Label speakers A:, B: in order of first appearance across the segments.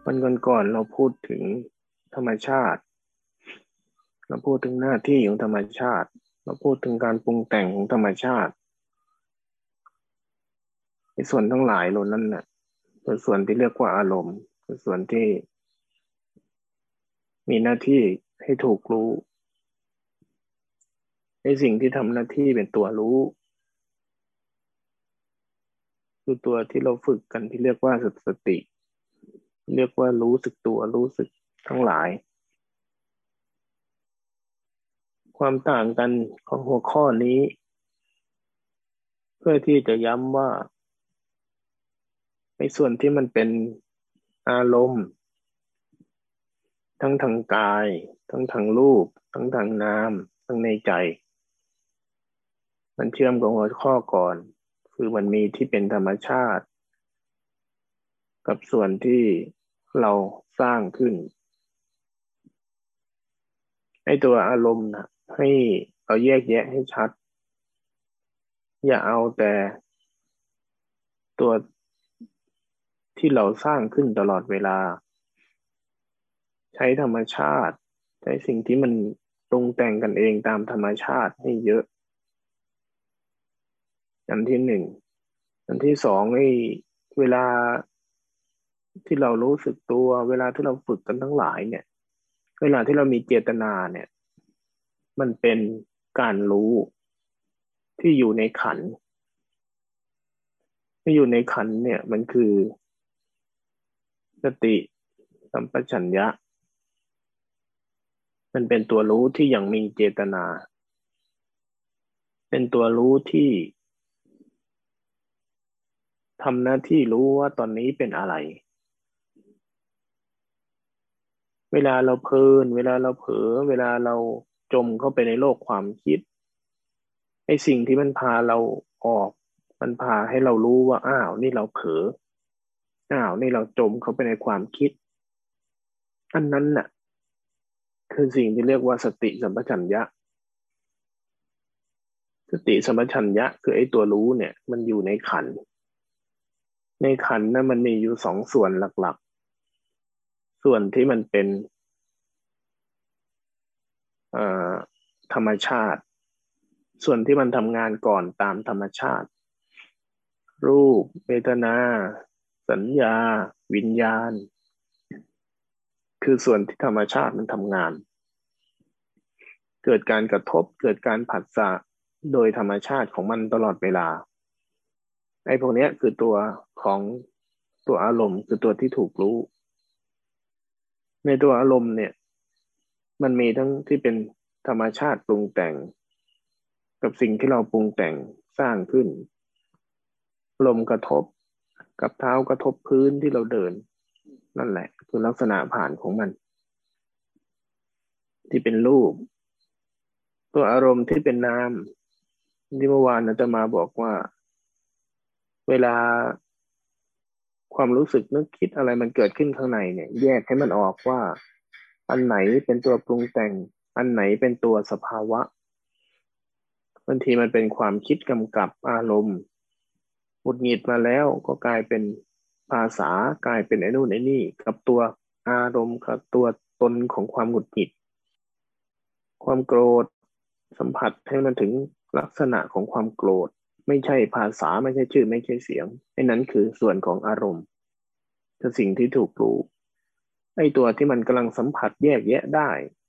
A: วันก่อนๆเราพูดถึงธรรมชาติเราพูดถึงหน้าที่ของธรรมชาติเราพูดถึงการปรุงแต่งของธรรมชาติในส่วนทั้งหลายเหล่านั้นน่ะเป็นส่วนที่เรียกว่าอารมณ์เป็นส่วนที่มีหน้าที่ให้ถูกรู้ในสิ่งที่ทำหน้าที่เป็นตัวรู้คือตัวที่เราฝึกกันที่เรียกว่าสติเรียกว่ารู้สึกตัวรู้สึกทั้งหลายความต่างกันของหัวข้อนี้เพื่อที่จะย้ำว่าในส่วนที่มันเป็นอารมณ์ ทั้งทางกายทั้งทางรูปทั้งทางนามทั้งในใจมันเชื่อมกับหัวข้อก่อนคือมันมีที่เป็นธรรมชาติกับส่วนที่เราสร้างขึ้นให้ตัวอารมณ์นะให้เราแยกแยะให้ชัดอย่าเอาแต่ตัวที่เราสร้างขึ้นตลอดเวลาใช้ธรรมชาติใช้สิ่งที่มันปรุงแต่งกันเองตามธรรมชาติให้เยอะอันที่หนึ่งอันที่สองเวลาที่เรารู้สึกตัวเวลาที่เราฝึกกันทั้งหลายเนี่ยเวลาที่เรามีเจตนาเนี่ยมันเป็นการรู้ที่อยู่ในขันธ์ที่อยู่ในขันธ์เนี่ยมันคือสติสัมปชัญญะมันเป็นตัวรู้ที่ยังมีเจตนาเป็นตัวรู้ที่ทำหน้าที่รู้ว่าตอนนี้เป็นอะไรเวลาเราเพลินเวลาเราเผลอเวลาเราจมเข้าไปในโลกความคิดไอ้สิ่งที่มันพาเราออกมันพาให้เรารู้ว่าอ้าวนี่เราเผลออ้าวนี่เราจมเข้าไปในความคิดอันนั้นน่ะคือสิ่งที่เรียกว่าสติสัมปชัญญะสติสัมปชัญญะคือไอ้ตัวรู้เนี่ยมันอยู่ในขันธ์ในขันธ์นั้นมันมีอยู่สองส่วนหลักๆส่วนที่มันเป็นเอ่อธรรมชาติส่วนที่มันทำงานก่อนตามธรรมชาติรูปเวทนาสัญญาวิญญาณคือส่วนที่ธรรมชาติมันทำงานเกิดการกระทบเกิดการผัสสะโดยธรรมชาติของมันตลอดเวลาไอ้พวกนี้คือตัวของตัวอารมณ์คือตัวที่ถูกรู้ในตัวอารมณ์เนี่ยมันมีทั้งที่เป็นธรรมชาติปรุงแต่งกับสิ่งที่เราปรุงแต่งสร้างขึ้นลมกระทบกับเท้ากระทบพื้นที่เราเดินนั่นแหละคือลักษณะผ่านของมันที่เป็นรูปตัวอารมณ์ที่เป็นนามที่เมื่อวานอาจารย์มาบอกว่าเวลาความรู้สึกนึกคิดอะไรมันเกิดขึ้นข้างในเนี่ยแยกให้มันออกว่าอันไหนเป็นตัวปรุงแต่งอันไหนเป็นตัวสภาวะบางทีมันเป็นความคิดกำกับอารมณ์หงุดหงิดมาแล้วก็กลายเป็นภาษากลายเป็นไอ้นู่นไอ้นี่กับตัวอารมณ์กับตัวตนของความหงุดหงิดความโกรธสัมผัสให้มันถึงลักษณะของความโกรธไม่ใช่ภาษาไม่ใช่ชื่อไม่ใช่เสียงไอ้นั้นคือส่วนของอารมณ์คือสิ่งที่ถูกรู้ไอ้ตัวที่มันกำลังสัมผัสแยกแยะได้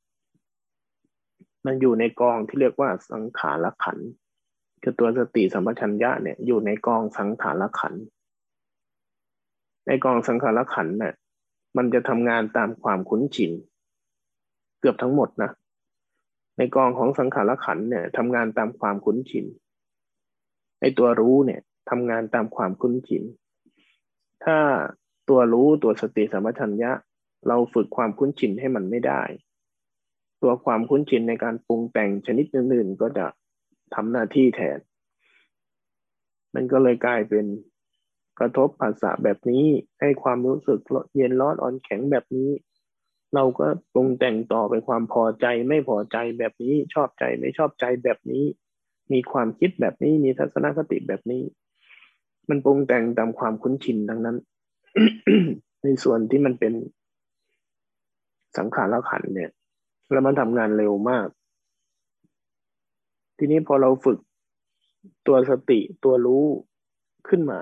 A: มันอยู่ในกองที่เรียกว่าสังขารขันธ์คือตัวสติสัมปชัญญะเนี่ยอยู่ในกองสังขารขันธ์ในกองสังขารขันธ์เนี่ยมันจะทำงานตามความคุ้นชินเกือบทั้งหมดนะในกองของสังขารขันธ์เนี่ยทำงานตามความคุ้นชินไอ้ตัวรู้เนี่ยทำงานตามความคุ้นชินถ้าตัวรู้ตัวสติสัมปชัญญะเราฝึกความคุ้นชินให้มันไม่ได้ตัวความคุ้นชินในการปรุงแต่งชนิดอื่นๆก็จะทำหน้าที่แทนมันก็เลยกลายเป็นกระทบภาษาแบบนี้ให้ความรู้สึกเย็นร้อนอ่อนแข็งแบบนี้เราก็ปรุงแต่งต่อเป็นความพอใจไม่พอใจแบบนี้ชอบใจไม่ชอบใจแบบนี้มีความคิดแบบนี้มีทัศนคติแบบนี้มันปรุงแต่งตามความคุ้นชินทั้งนั้นในส่วนที่มันเป็นสังขารขันธ์เนี่ยแล้วมันทำงานเร็วมากทีนี้พอเราฝึกตัวสติตัวรู้ขึ้นมา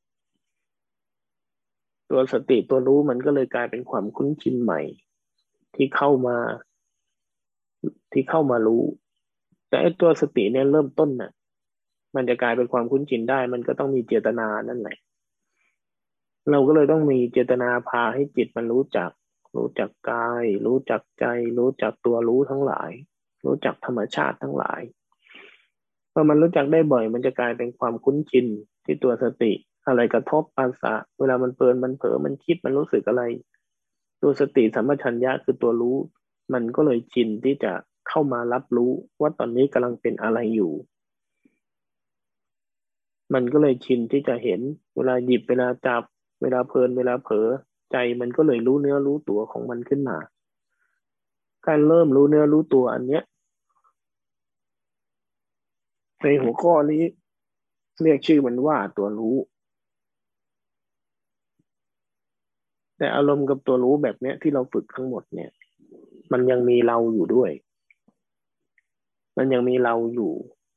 A: ตัวสติตัวรู้มันก็เลยกลายเป็นความคุ้นชินใหม่ที่เข้ามาที่เข้ามารู้แต่ไอ้ตัวสติเนี่ยเริ่มต้นน่ะมันจะกลายเป็นความคุ้นชินได้มันก็ต้องมีเจตนานั่นแหละเราก็เลยต้องมีเจตนาพาให้จิตมันรู้จักกายรู้จักใจรู้จักตัวรู้ทั้งหลายรู้จักธรรมชาติทั้งหลายพอมันรู้จักได้บ่อยมันจะกลายเป็นความคุ้นชินที่ตัวสติอะไรกระทบภาษาเวลามันเพลินมันเผลอมันคิดมันรู้สึกอะไรตัวสติสัมปชัญญะคือตัวรู้มันก็เลยชินที่จะเข้ามารับรู้ว่าตอนนี้กำลังเป็นอะไรอยู่มันก็เลยชินที่จะเห็นเวลาหยิบเวลาจับเวลาเพลินเวลาเผลอใจมันก็เลยรู้เนื้อรู้ตัวของมันขึ้นมาการเริ่มรู้เนื้อรู้ตัวอันเนี้ยในหัวข้อนี้เรียกชื่อมันว่าตัวรู้แต่อารมณ์กับตัวรู้แบบเนี้ยที่เราฝึกทั้งหมดเนี่ยมันยังมีเราอยู่ด้วยมันยังมีเราอยู่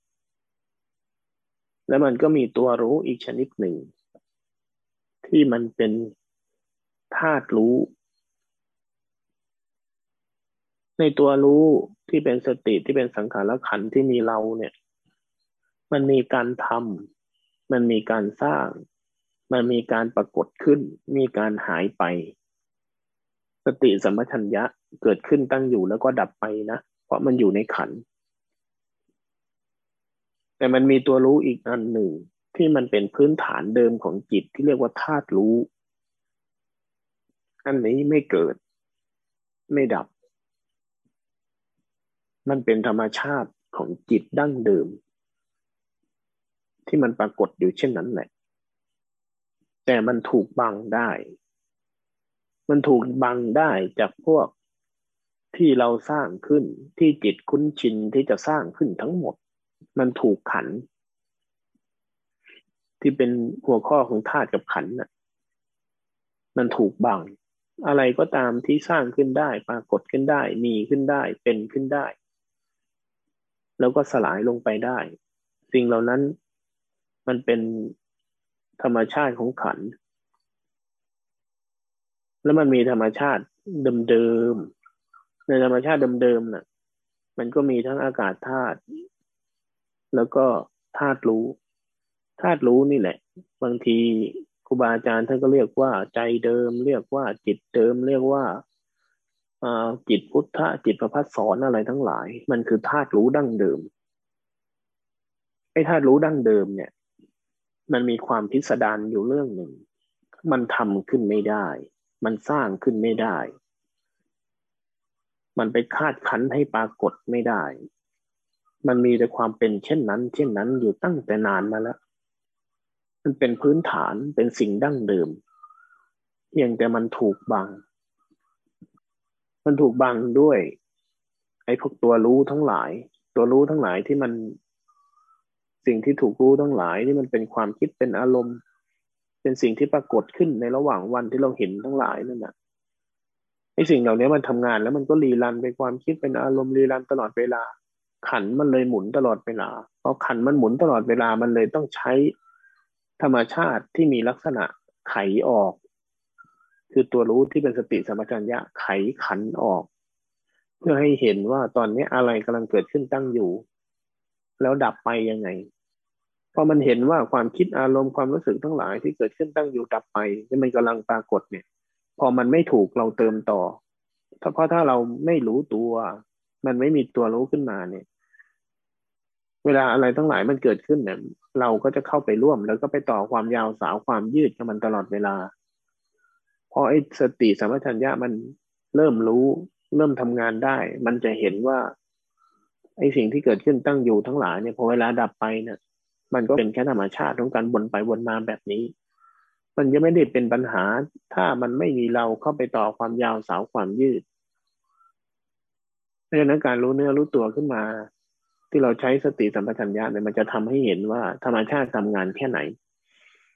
A: แล้วมันก็มีตัวรู้อีกชนิดหนึ่งที่มันเป็นธาตุรู้ในตัวรู้ที่เป็นสติที่เป็นสังขารขันธ์ที่มีเราเนี่ยมันมีการทำมันมีการสร้างมันมีการปรากฏขึ้นมีการหายไปสติสัมปชัญญะเกิดขึ้นตั้งอยู่แล้วก็ดับไปนะเพราะมันอยู่ในขันธ์แต่มันมีตัวรู้อีกอันหนึ่งที่มันเป็นพื้นฐานเดิมของจิตที่เรียกว่าธาตุรู้อันนี้ไม่เกิดไม่ดับมันเป็นธรรมชาติของจิตดั้งเดิมที่มันปรากฏอยู่เช่นนั้นแหละแต่มันถูกบังได้มันถูกบังได้จากพวกที่เราสร้างขึ้นที่จิตคุ้นชินที่จะสร้างขึ้นทั้งหมดมันถูกขันธ์ที่เป็นหัวข้อของธาตุกับขันธ์น่ะมันถูกบังอะไรก็ตามที่สร้างขึ้นได้ปรากฏขึ้นได้มีขึ้นได้เป็นขึ้นได้แล้วก็สลายลงไปได้สิ่งเหล่านั้นมันเป็นธรรมชาติของขันธ์ แล้วมันมีธรรมชาติเดิมๆในธรรมชาติเดิมๆน่ะมันก็มีทั้งอากาศธาตุแล้วก็ธาตุรู้ธาตุรู้นี่แหละบางทีครูบาอาจารย์ท่านก็เรียกว่าใจเดิมเรียกว่าจิตเดิมเรียกว่าจิตพุทธะจิตประภัสสรอะไรทั้งหลายมันคือธาตุรู้ดั้งเดิมไอ้ธาตุรู้ดั้งเดิมเนี่ยมันมีความพิสดารอยู่เรื่องหนึ่งมันทำขึ้นไม่ได้มันสร้างขึ้นไม่ได้ มันไปคาดคั้นให้ปรากฏไม่ได้ มันมีแต่ความเป็นเช่นนั้นอยู่ตั้งแต่นานมาแล้วมันเป็นพื้นฐานเป็นสิ่งดั้งเดิมเพียงแต่มันถูกบังมันถูกบังด้วยไอ้พวกตัวรู้ทั้งหลายตัวรู้ทั้งหลายที่มันสิ่งที่ถูกรู้ทั้งหลายที่มันเป็นความคิดเป็นอารมณ์เป็นสิ่งที่ปรากฏขึ้นในระหว่างวันที่เราเห็นทั้งหลายนั่นแหละไอ้สิ่งเหล่านี้มันทำงานแล้วมันก็รีรันเป็นความคิดเป็นอารมณ์รีรันตลอดเวลาขันธ์มันเลยหมุนตลอดเวลาพอขันธ์มันหมุนตลอดเวลามันเลยต้องใช้ธรรมชาติที่มีลักษณะไขออกคือตัวรู้ที่เป็นสติสัมปชัญญะไขขันธ์ออกเพื่อให้เห็นว่าตอนนี้อะไรกำลังเกิดขึ้นตั้งอยู่แล้วดับไปยังไงพอมันเห็นว่าความคิดอารมณ์ความรู้สึกทั้งหลายที่เกิดขึ้นตั้งอยู่ดับไปที่มันกำลังปรากฏเนี่ยพอมันไม่ถูกเราเติมต่อเพราะถ้าเราไม่รู้ตัวมันไม่มีตัวรู้ขึ้นมาเนี่ยเวลาอะไรทั้งหลายมันเกิดขึ้นเนี่ยเราก็จะเข้าไปร่วมแล้วก็ไปต่อความยาวสาวความยืดกับมันตลอดเวลาพอไอ้สติสัมปชัญญะมันเริ่มรู้เริ่มทำงานได้มันจะเห็นว่าไอ้สิ่งที่เกิดขึ้นตั้งอยู่ทั้งหลายเนี่ยพอเวลาดับไปเนี่ยมันก็เป็นแค่ธรรมชาติของการวนไปวนมาแบบนี้มันจะไม่ได้เป็นปัญหาถ้ามันไม่มีเราเข้าไปต่อความยาวสาวความยืด เพราะฉะนั้นการรู้เนื้อรู้ตัวขึ้นมาที่เราใช้สติสัมปชัญญะเนี่ยมันจะทำให้เห็นว่าธรรมชาติทำงานแค่ไหน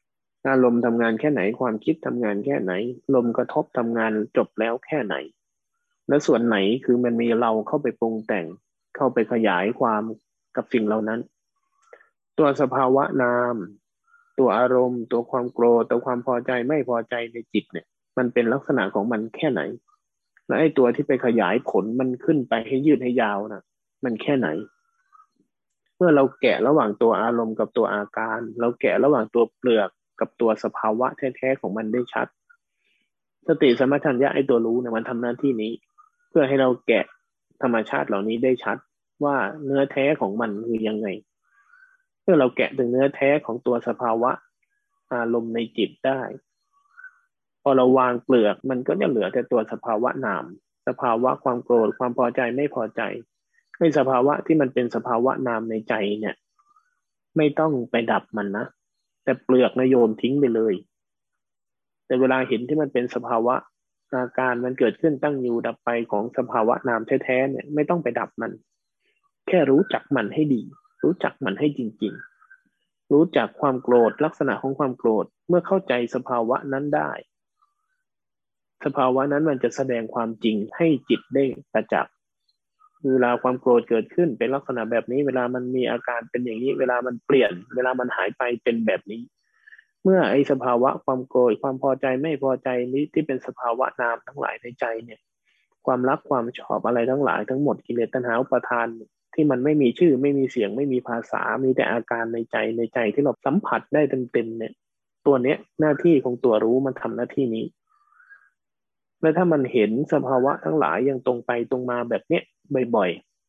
A: อารมณ์ทำงานแค่ไหนความคิดทำงานแค่ไหนลมกระทบทำงานจบแล้วแค่ไหนและส่วนไหนคือมันมีเราเข้าไปปรุงแต่งเข้าไปขยายความกับสิ่งเหล่านั้นตัวสภาวะนามตัวอารมณ์ตัวความโกรธตัวความพอใจไม่พอใจในจิตเนี่ยมันเป็นลักษณะของมันแค่ไหนและไอ้ตัวที่ไปขยายผลมันขึ้นไปให้ยืดให้ยาวนะมันแค่ไหน เมื่อเราแกะระหว่างตัวอารมณ์กับตัวอาการเราแกะระหว่างตัวเปลือกกับตัวสภาวะแท้ๆของมันได้ชัดสติสัมปชัญญะไอ้ตัวรู้เนี่ยมันทำหน้าที่นี้เพื่อให้เราแกะธรรมชาติเหล่านี้ได้ชัดว่าเนื้อแท้ของมันคือยังไงเมื่อเราแกะถึงเนื้อแท้ของตัวสภาวะอารมณ์ในจิตได้พอเราวางเปลือกมันก็จะเหลือแต่ตัวสภาวะนามสภาวะความโกรธความพอใจไม่พอใจในสภาวะที่มันเป็นสภาวะนามในใจเนี่ยไม่ต้องไปดับมันนะแต่เปลือกนะโยนทิ้งไปเลยแต่เวลาเห็นที่มันเป็นสภาวะอาการมันเกิดขึ้นตั้งอยู่ดับไปของสภาวะนามแท้ๆเนี่ยไม่ต้องไปดับมันแค่รู้จักมันให้ดีรู้จักมันให้จริงๆรู้จักความโกรธลักษณะของความโกรธเมื่อเข้าใจสภาวะนั้นได้สภาวะนั้นมันจะแสดงความจริงให้จิตได้ประจักษ์เวลาความโกรธเกิดขึ้นเป็นลักษณะแบบนี้เวลามันมีอาการเป็นอย่างนี้เวลามันเปลี่ยนเวลามันหายไปเป็นแบบนี้ เมื่อไอ้สภาวะความโกรธความพอใจไม่พอใจนี้ที่เป็นสภาวะนามทั้งหลายในใจเนี่ยความรักความชอบอะไรทั้งหลายทั้งหมดกิเลสตัณหาอุปาทานที่มันไม่มีชื่อไม่มีเสียงไม่มีภาษามีแต่อาการในใจที่เราสัมผัสได้เต็มๆเนี่ยตัวเนี้ยหน้าที่ของตัวรู้มันทำหน้าที่นี้และถ้ามันเห็นสภาวะทั้งหลายยังตรงไปตรงมาแบบเนี้ยบ่อย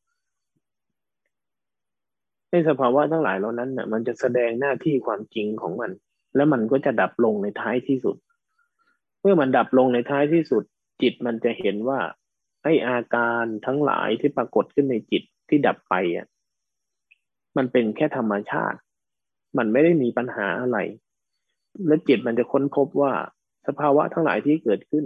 A: ๆในสภาวะทั้งหลายเหล่านั้นเนี่ยมันจะแสดงหน้าที่ความจริงของมันแล้วมันก็จะดับลงในท้ายที่สุด เมื่อมันดับลงในท้ายที่สุดจิตมันจะเห็นว่าไอ้อาการทั้งหลายที่ปรากฏขึ้นในจิตที่ดับไปอ่ะมันเป็นแค่ธรรมชาติมันไม่ได้มีปัญหาอะไรและจิตมันจะค้นพบว่าสภาวะทั้งหลายที่เกิดขึ้น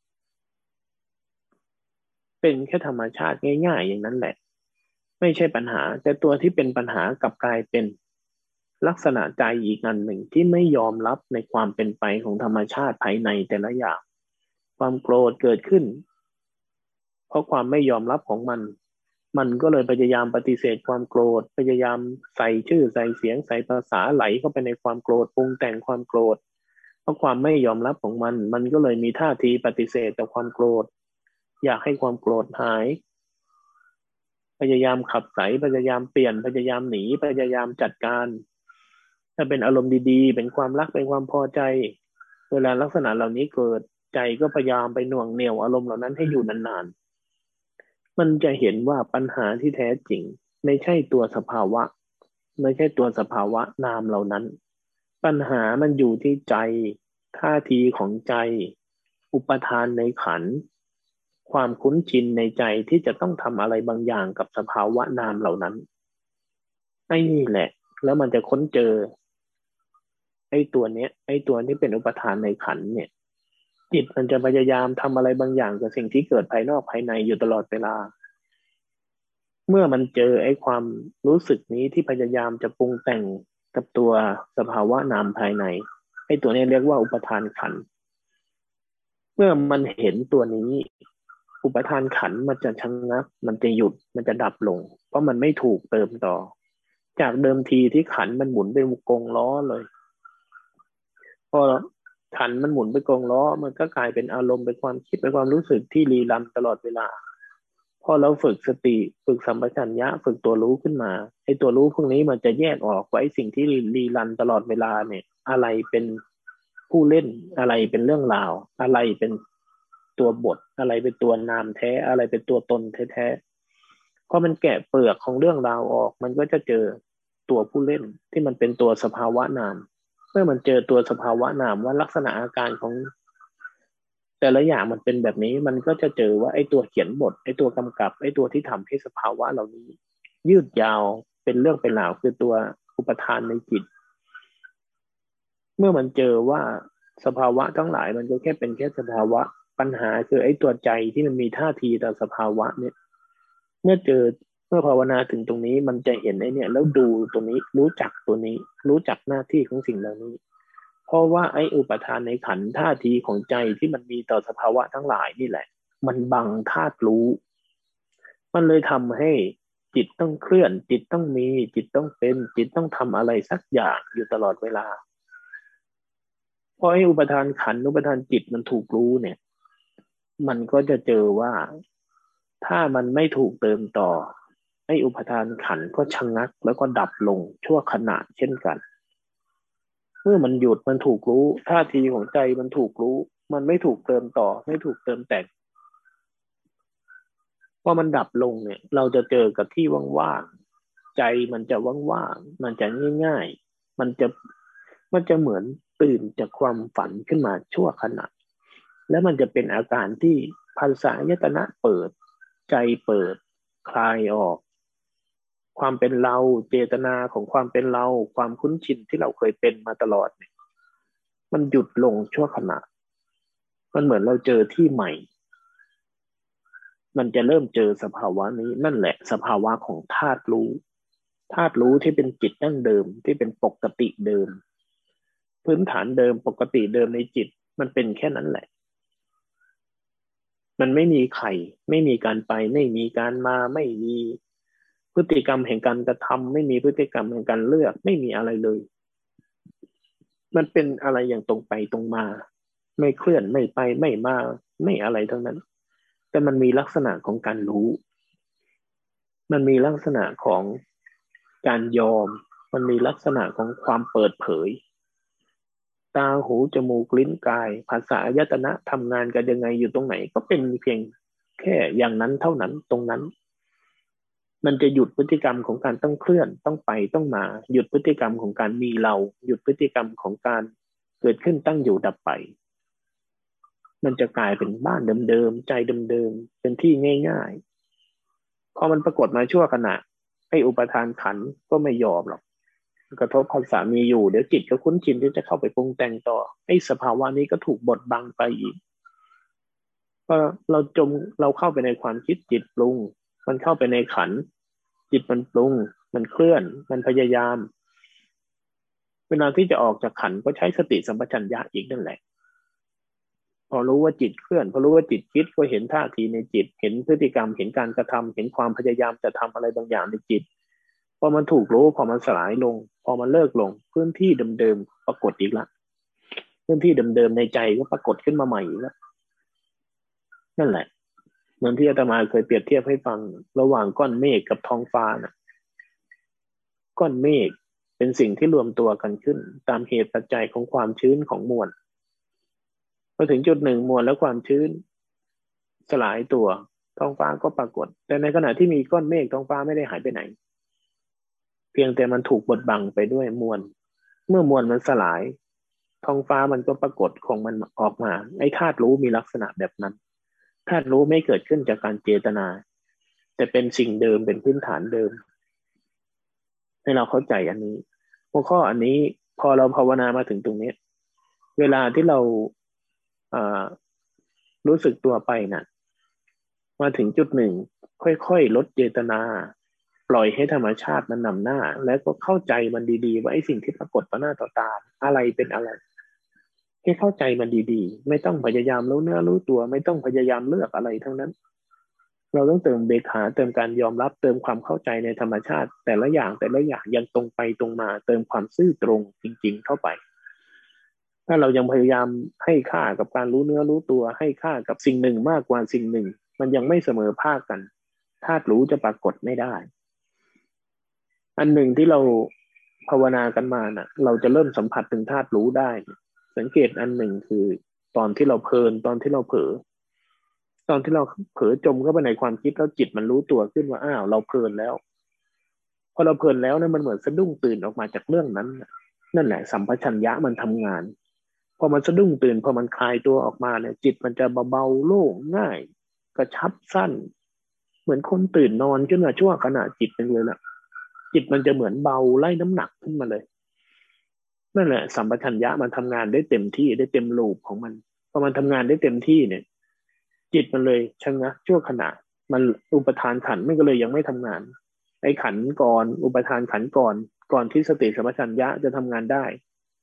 A: เป็นแค่ธรรมชาติง่ายๆอย่างนั้นแหละไม่ใช่ปัญหาแต่ตัวที่เป็นปัญหากลับกลายเป็นลักษณะใจอีกอันหนึ่งที่ไม่ยอมรับในความเป็นไปของธรรมชาติภายในแต่ละอย่างความโกรธเกิดขึ้น เพราะความไม่ยอมรับของมัน มันก็เลยพยายามปฏิเสธความโกรธ พยายามใส่ชื่อใส่เสียงใส่ภาษาไหลเข้าไปในความโกรธปรุงแต่งความโกรธเพราะความไม่ยอมรับของมัน มันก็เลยมีท่าทีปฏิเสธต่อความโกรธ อยากให้ความโกรธหาย พยายามขับไสพยายามเปลี่ยนพยายามหนีพยายามจัดการถ้าเป็นอารมณ์ดีๆเป็นความรักเป็นความพอใจเวลาลักษณะเหล่านี้เกิดใจก็พยายามไปหน่วงเหนี่ยวอารมณ์เหล่านั้นให้อยู่นานๆมันจะเห็นว่าปัญหาที่แท้จริงไม่ใช่ตัวสภาวะไม่ใช่ตัวสภาวะนามเหล่านั้นปัญหามันอยู่ที่ใจท่าทีของใจอุปทานในขันธ์ความคุ้นชินในใจที่จะต้องทำอะไรบางอย่างกับสภาวะนามเหล่านั้น ไอ้นี่แหละแล้วมันจะค้นเจอไอ้ตัวเนี้ยไอ้ตัวที่เป็นอุปทานในขันธ์เนี่ยจิตมันจะพยายามทำอะไรบางอย่างกับสิ่งที่เกิดภายนอกภายในอยู่ตลอดเวลาเมื่อมันเจอไอ้ความรู้สึกนี้ที่พยายามจะปรุงแต่งกับตัวสภาวะนามภายในไอ้ตัวนี้เรียกว่าอุปทานขันธ์เมื่อมันเห็นตัวนี้อุปทานขันธ์มันจะชะงักมันจะหยุดมันจะดับลงเพราะมันไม่ถูกเติมต่อจากเดิมทีที่ขันธ์มันหมุนเป็นวงกลมล้อเลย พอขันมันหมุนไปกงล้อมันก็กลายเป็นอารมณ์เป็นความคิดเป็นความรู้สึกที่รีรันตลอดเวลาพอเราฝึกสติฝึกสัมปชัญญะฝึกตัวรู้ขึ้นมาไอ้ตัวรู้พวกนี้มันจะแยกออกไว้สิ่งที่รีรันตลอดเวลาเนี่ยอะไรเป็นผู้เล่นอะไรเป็นเรื่องราวอะไรเป็นตัวบทอะไรเป็นตัวนามแท้อะไรเป็นตัวตนแท้ๆพอมันแกะเปลือกของเรื่องราวออกมันก็จะเจอตัวผู้เล่นที่มันเป็นตัวสภาวะนาม เมื่อมันเจอตัวสภาวะนามว่าลักษณะอาการของแต่ละอย่างมันเป็นแบบนี้มันก็จะเจอว่าไอ้ตัวเขียนบทไอ้ตัวกำกับไอ้ตัวที่ทำให้สภาวะเหล่านี้ยืดยาวเป็นเรื่องเป็นราวคือตัวอุปทานในจิตเมื่อมันเจอว่าสภาวะทั้งหลายมันก็แค่เป็นแค่สภาวะปัญหาคือไอ้ตัวใจที่มันมีท่าทีต่อสภาวะเนี่ยเมื่อเจอเมื่อภาวนาถึงตรงนี้มันจะเห็นไอ้เนี่ยแล้วดูตัวนี้รู้จักตัวนี้รู้จักหน้าที่ของสิ่งเหล่านี้เพราะว่าไอ้อุปทานในขันธ์ท่าทีของใจที่มันมีต่อสภาวะทั้งหลายนี่แหละมันบังธาตุรู้มันเลยทำให้จิตต้องเคลื่อนจิตต้องมีจิตต้องเป็นจิตต้องทำอะไรสักอย่างอยู่ตลอดเวลาเพราะไอ้อุปทานขันธ์อุปทานจิตมันถูกรู้เนี่ยมันก็จะเจอว่าถ้ามันไม่ถูกเติมต่อไอ้อุปทานขันธ์ก็ชะงักแล้วก็ดับลงชั่วขณะเช่นกัน เมื่อมันหยุดมันถูกรู้ท่าทีของใจมันถูกรู้มันไม่ถูกเติมต่อไม่ถูกเติมแต่งพอมันดับลงเนี่ยเราจะเจอกับที่ว่างๆใจมันจะว่างๆมันจะง่ายๆมันจะเหมือนตื่นจากความฝันขึ้นมาชั่วขณะแล้วมันจะเป็นอาการที่ภาษายตนะเปิดใจเปิดคลายออกความเป็นเราเจตนาของความเป็นเราความคุ้นชินที่เราเคยเป็นมาตลอดเนี่ยมันหยุดลงชั่วขณะ มันเหมือนเราเจอที่ใหม่ มันจะเริ่มเจอสภาวะนี้นั่นแหละสภาวะของธาตุรู้ธาตุรู้ที่เป็นจิตดั้งเดิมที่เป็นปกติเดิมพื้นฐานเดิมปกติเดิมในจิตมันเป็นแค่นั้นแหละมันไม่มีใครไม่มีการไปไม่มีการมาไม่มีพฤติกรรมแห่งการกระทำไม่มีพฤติกรรมแห่งการเลือกไม่มีอะไรเลยมันเป็นอะไรอย่างตรงไปตรงมาไม่เคลื่อนไม่ไปไม่มาไม่อะไรทั้งนั้นแต่มันมีลักษณะของการรู้ มันมีลักษณะของการยอม มันมีลักษณะของความเปิดเผย ตาหูจมูกลิ้นกายภาษาอายตนะทำงานกันยังไงอยู่ตรงไหนก็เป็นเพียงแค่อย่างนั้นเท่านั้นตรงนั้น มันจะหยุดพฤติกรรมของการต้องเคลื่อนต้องไปต้องมาหยุดพฤติกรรมของการมีเราหยุดพฤติกรรมของการเกิดขึ้นตั้งอยู่ดับไปมันจะกลายเป็นบ้านเดิมๆใจเดิมๆเป็นที่ง่ายๆพอมันปรากฏมาชั่วขณะให้อุปทานขันธ์ก็ไม่ยอมหรอกกระทบความสามีอยู่เดี๋ยวจิตก็คุ้นชินที่จะเข้าไปปรุงแต่งต่อไอ้สภาวะนี้ก็ถูกบดบังไปอีกพอเราเข้าไปในความคิดจิตปรุงมันเข้าไปในขันธ์จิตมันปรุงมันเคลื่อนมันพยายามเวลาที่จะออกจากขันธ์ก็ใช้สติสัมปชัญญะอีกนั่นแหละพอรู้ว่าจิตเคลื่อนพอรู้ว่าจิตคิดก็เห็นท่าทีในจิตเห็นพฤติกรรมเห็นการกระทำเห็นความพยายามจะทำอะไรบางอย่างในจิตพอมันถูกรู้พอมันสลายลงพอมันเลิกลงพื้นที่เดิมๆปรากฏอีกละพื้นที่เดิมๆในใจก็ปรากฏขึ้นมาใหม่อีกแล้วนั่นแหละเหมือนที่อาตมาเคยเปรียบเทียบให้ฟังระหว่างก้อนเมฆกับท้องฟ้านะก้อนเมฆเป็นสิ่งที่รวมตัวกันขึ้นตามเหตุปัจจัยของความชื้นของมวลพอถึงจุดหนึ่งมวลและความชื้นสลายตัวท้องฟ้าก็ปรากฏแต่ในขณะที่มีก้อนเมฆท้องฟ้าไม่ได้หายไปไหนเพียงแต่มันถูกบดบังไปด้วยมวลเมื่อมวลมันสลายท้องฟ้ามันก็ปรากฏของมันออกมาไอ้ธาตุรู้มีลักษณะแบบนั้นธาตุรู้ไม่เกิดขึ้นจากการเจตนาแต่เป็นสิ่งเดิมเป็นพื้นฐานเดิมให้เราเข้าใจอันนี้หัวข้ออันนี้พอเราภาวนามาถึงตรงนี้เวลาที่เราเอ่อรู้สึกตัวไปน่ะมาถึงจุดหนึ่งค่อยๆลดเจตนาปล่อยให้ธรรมชาติมันนำหน้าแล้วก็เข้าใจมันดีๆว่าไอ้สิ่งที่ปรากฏต่อหน้าต่อตาอะไรเป็นอะไรให้เข้าใจมันดีๆไม่ต้องพยายามรู้เนื้อรู้ตัวไม่ต้องพยายามเลือกอะไรทั้งนั้นเราต้องเติมเบคาเติมการยอมรับเติมความเข้าใจในธรรมชาติแต่ละอย่างแต่ละอย่างยังตรงไปตรงมาเติมความซื่อตรงจริงๆเข้าไปถ้าเรายังพยายามให้ค่ากับการรู้เนื้อรู้ตัวให้ค่ากับสิ่งหนึ่งมากกว่าสิ่งหนึ่งมันยังไม่เสมอภาคกันธาตุรู้จะปรากฏไม่ได้อันหนึ่งที่เราภาวนากันมาน่ะเราจะเริ่มสัมผัสถึงธาตุรู้ได้สังเกตอันหนึ่งคือตอนที่เราเพลินตอนที่เราเผลอตอนที่เราเผลอจมเข้าไปในความคิดแล้วจิตมันรู้ตัวขึ้นว่าอ้าวเราเพลินแล้วพอเราเพลินแล้วเนี่ยมันเหมือนสะดุ้งตื่นออกมาจากเรื่องนั้นนั่นแหละสัมปชัญญะมันทำงานพอมันสะดุ้งตื่นพอมันคลายตัวออกมาเนี่ยจิตมันจะเบาๆโล่งง่ายกระชับสั้นเหมือนคนตื่นนอนขึ้นมาชั่วขณะจิตนึงเลยล่ะจิตมันจะเหมือนเบาไล่น้ำหนักขึ้นมาเลยนั่นแหละสัมปชัญญะมันทำงานได้เต็มที่ได้เต็มรูปของมันพอมันทำงานได้เต็มที่เนี่ยจิตมันเลยชะงักชั่วขณะมันอุปทานขันธ์มันก็เลยยังไม่ทำงานไอ้ขันธ์ก่อนอุปทานขันธ์ก่อนที่สติสัมปชัญญะจะทำงานได้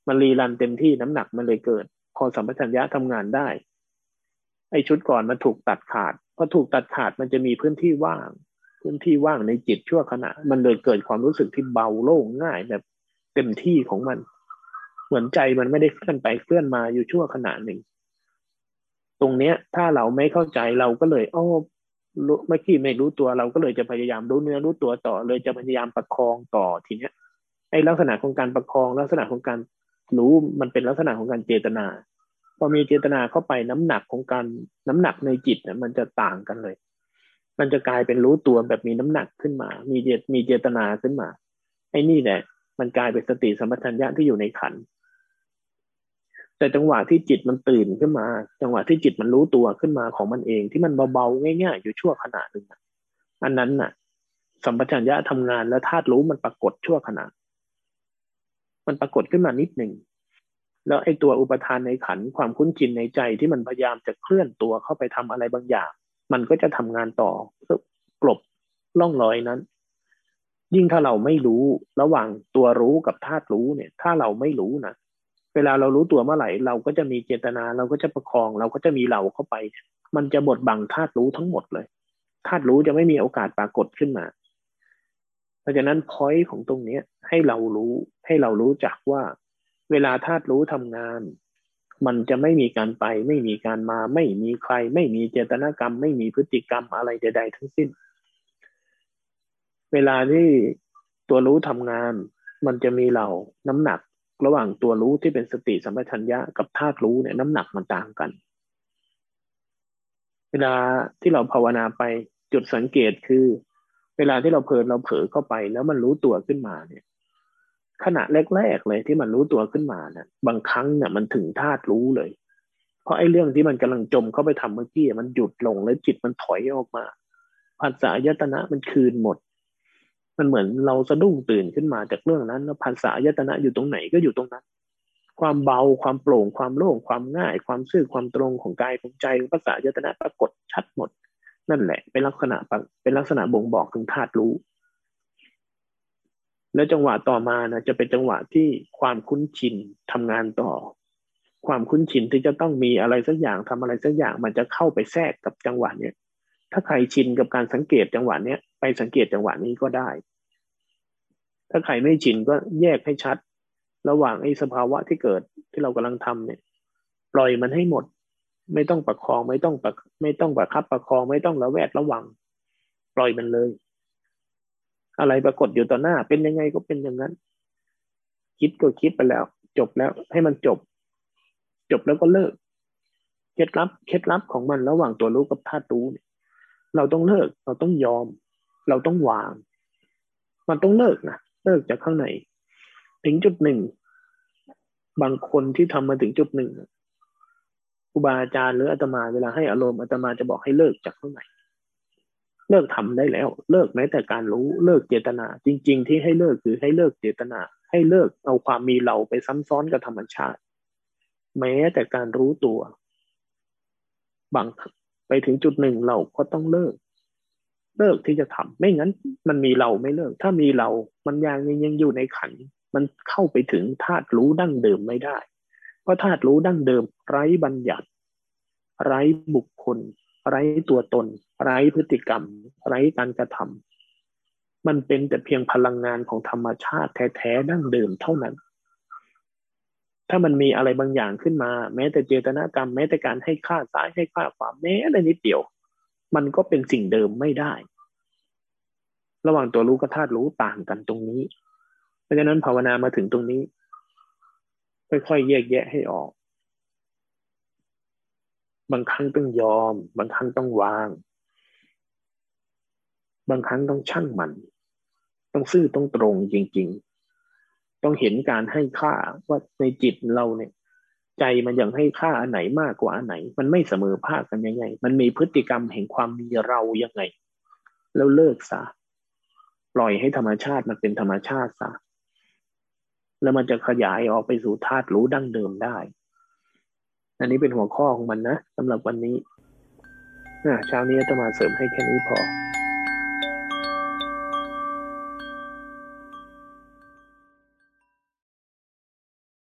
A: มันรีรันเต็มที่น้ำหนักมันเลยเกิดพอสัมปชัญญะทำงานได้ไอ้ชุดก่อนมันถูกตัดขาดพอถูกตัดขาดมันจะมีพื้นที่ว่างในจิตชั่วขณะมันเลยเกิดความรู้สึกที่เบาโล่งง่ายแบบเต็มที่ของมันเหมือนใจมันไม่ได้เคลื่อนไปเคลื่อนมาอยู่ชั่วขณะหนึ่งตรงเนี้ยถ้าเราไม่เข้าใจเราก็เลยเมื่อกี้ไม่รู้ตัวเราก็เลยจะพยายามรู้เนื้อรู้ตัวต่อเลยจะพยายามประคองต่อทีเนี้ยไอ้ลักษณะของการประคองลักษณะของการรู้มันเป็นลักษณะของการเจตนาพอมีเจตนาเข้าไปน้ำหนักในจิตเนี่ยมันจะต่างกันเลยมันจะกลายเป็นรู้ตัวแบบมีน้ำหนักขึ้นมามีเจตนาขึ้นมาไอ้นี่แหละมันกลายเป็นสติสัมปชัญญะที่อยู่ในขันธ์แต่จังหวะที่จิตมันตื่นขึ้นมาจังหวะที่จิตมันรู้ตัวขึ้นมาของมันเองที่มันเบาๆง่ายๆอยู่ชั่วขณะหนึ่งอันนั้นน่ะสัมปชัญญะทำงานแล้วธาตุรู้มันปรากฏชั่วขณะมันปรากฏขึ้นมานิดหนึ่งแล้วไอ้ตัวอุปทานในขันธ์ความคุ้นชินในใจที่มันพยายามจะเคลื่อนตัวเข้าไปทำอะไรบางอย่างมันก็จะทำงานต่อเพื่อกลบร่องรอยนั้นยิ่งถ้าเราไม่รู้ระหว่างตัวรู้กับธาตุรู้เนี่ยถ้าเราไม่รู้นะเวลาเรารู้ตัวเมื่อไหร่เราก็จะมีเจตนาเราก็จะประคองเราก็จะมีเราเข้าไปมันจะบดบังธาตุรู้ทั้งหมดเลยธาตุรู้จะไม่มีโอกาสปรากฏขึ้นมาเพราะฉะนั้นพอยต์ของตรงนี้ให้เรารู้จักว่าเวลาธาตุรู้ทำงานมันจะไม่มีการไปไม่มีการมาไม่มีใครไม่มีเจตนากรรมไม่มีพฤติกรรมอะไรใดๆทั้งสิ้นเวลาที่ตัวรู้ทำงานมันจะมีเราน้ำหนักระหว่างตัวรู้ที่เป็นสติสัมปชัญญะกับธาตุรู้เนี่ยน้ำหนักมันต่างกันเวลาที่เราภาวนาไปจุดสังเกตคือเวลาที่เราเผลอเข้าไปแล้วมันรู้ตัวขึ้นมาเนี่ยขณะแรกๆเลยที่มันรู้ตัวขึ้นมาเนี่ยบางครั้งเนี่ยมันถึงธาตุรู้เลยเพราะไอ้เรื่องที่มันกำลังจมเข้าไปทำเมื่อกี้มันหยุดลงแล้วจิตมันถอยออกมาผัสสะอายตนะมันคืนหมดมันเหมือนเราสะดุ้งตื่นขึ้นมาจากเรื่องนั้นแล้วผัสสะอายตนะอยู่ตรงไหนก็อยู่ตรงนั้นความเบาความโปร่งความโล่งความง่ายความซื่อความตรงของกายของใจของภาษาอายตนะปรากฏชัดหมดนั่นแหละเป็นลักษณะบ่งบอกถึงธาตุรู้แล้วจังหวะต่อมานะจะเป็นจังหวะที่ความคุ้นชินทำงานต่อความคุ้นชินที่จะต้องมีอะไรสักอย่างทำอะไรสักอย่างมันจะเข้าไปแทรกกับจังหวะเนี้ยถ้าใครชินกับการสังเกตจังหวะเนี้ยไปสังเกตจังหวะนี้ก็ได้ถ้าใครไม่ชินก็แยกให้ชัดระหว่างไอ้สภาวะที่เกิดที่เรากำลังทำเนี่ยปล่อยมันให้หมดไม่ต้องประคองไม่ต้องประคับประคองไม่ต้องระแวดระวังปล่อยมันเลยอะไรปรากฏอยู่ต่อหน้าเป็นยังไงก็เป็นอย่างนั้นคิดก็คิดไปแล้วจบแล้วให้มันจบแล้วก็เลิกเคล็ดลับของมันระหว่างตัวรู้กับธาตุรู้เนี่ยเราต้องเลิกเราต้องยอมเราต้องวางมันต้องเลิกนะเลิกจากข้างในถึงจุดหนึ่งบางคนที่ทำมาถึงจุดหนึ่งครูบาอาจารย์หรืออาตมาเวลาให้อารมณ์อาตมาจะบอกให้เลิกจากข้างในเลิกทำได้แล้วเลิกแม้แต่การรู้เลิกเจตนาจริงๆที่ให้เลิกคือให้เลิกเจตนาให้เลิกเอาความมีเราไปซ้ำซ้อนกับธรรมชาติแม้แต่การรู้ตัวบางไปถึงจุดหนึ่งเราก็ต้องเลิกที่จะทำไม่งั้นมันมีเราไม่เลิกถ้ามีเรามันยังอยู่ในขันมันเข้าไปถึงธาตุรู้ดั้งเดิมไม่ได้เพราะธาตุรู้ดั้งเดิมไร้บัญญัติไร้บุคคลไร้ตัวตนไร้พฤติกรรมไร้การกระทำมันเป็นแต่เพียงพลังงานของธรรมชาติแท้ๆดั้งเดิมเท่านั้นถ้ามันมีอะไรบางอย่างขึ้นมาแม้แต่เจตนากรรมแม้แต่การให้ค่าซ้ายให้ค่าขวาแม้แต่นิดเดียวมันก็เป็นสิ่งเดิมไม่ได้ระหว่างตัวรู้กับธาตุรู้ต่างกันตรงนี้เพราะฉะนั้นภาวนามาถึงตรงนี้ค่อยๆแยกแยะให้ออกบางครั้งต้องยอมบางครั้งต้องวางบางครั้งต้องชั่งมันต้องซื่อต้องตรงจริงๆต้องเห็นการให้ค่าว่าในจิตเราเนี่ยใจมันยังให้ค่าอันไหนมากกว่าอันไหนมันไม่เสมอภาคกันยังไงมันมีพฤติกรรมแห่งความมีเรายังไงแล้วเลิกซะปล่อยให้ธรรมชาติมันเป็นธรรมชาติซะแล้วมันจะขยายออกไปสู่ธาตุรู้ดั้งเดิมได้อันนี้เป็นหัวข้อของมันนะสำหรับวันนี้เช้านี้จะมาเสริมให้แค่นี้พอ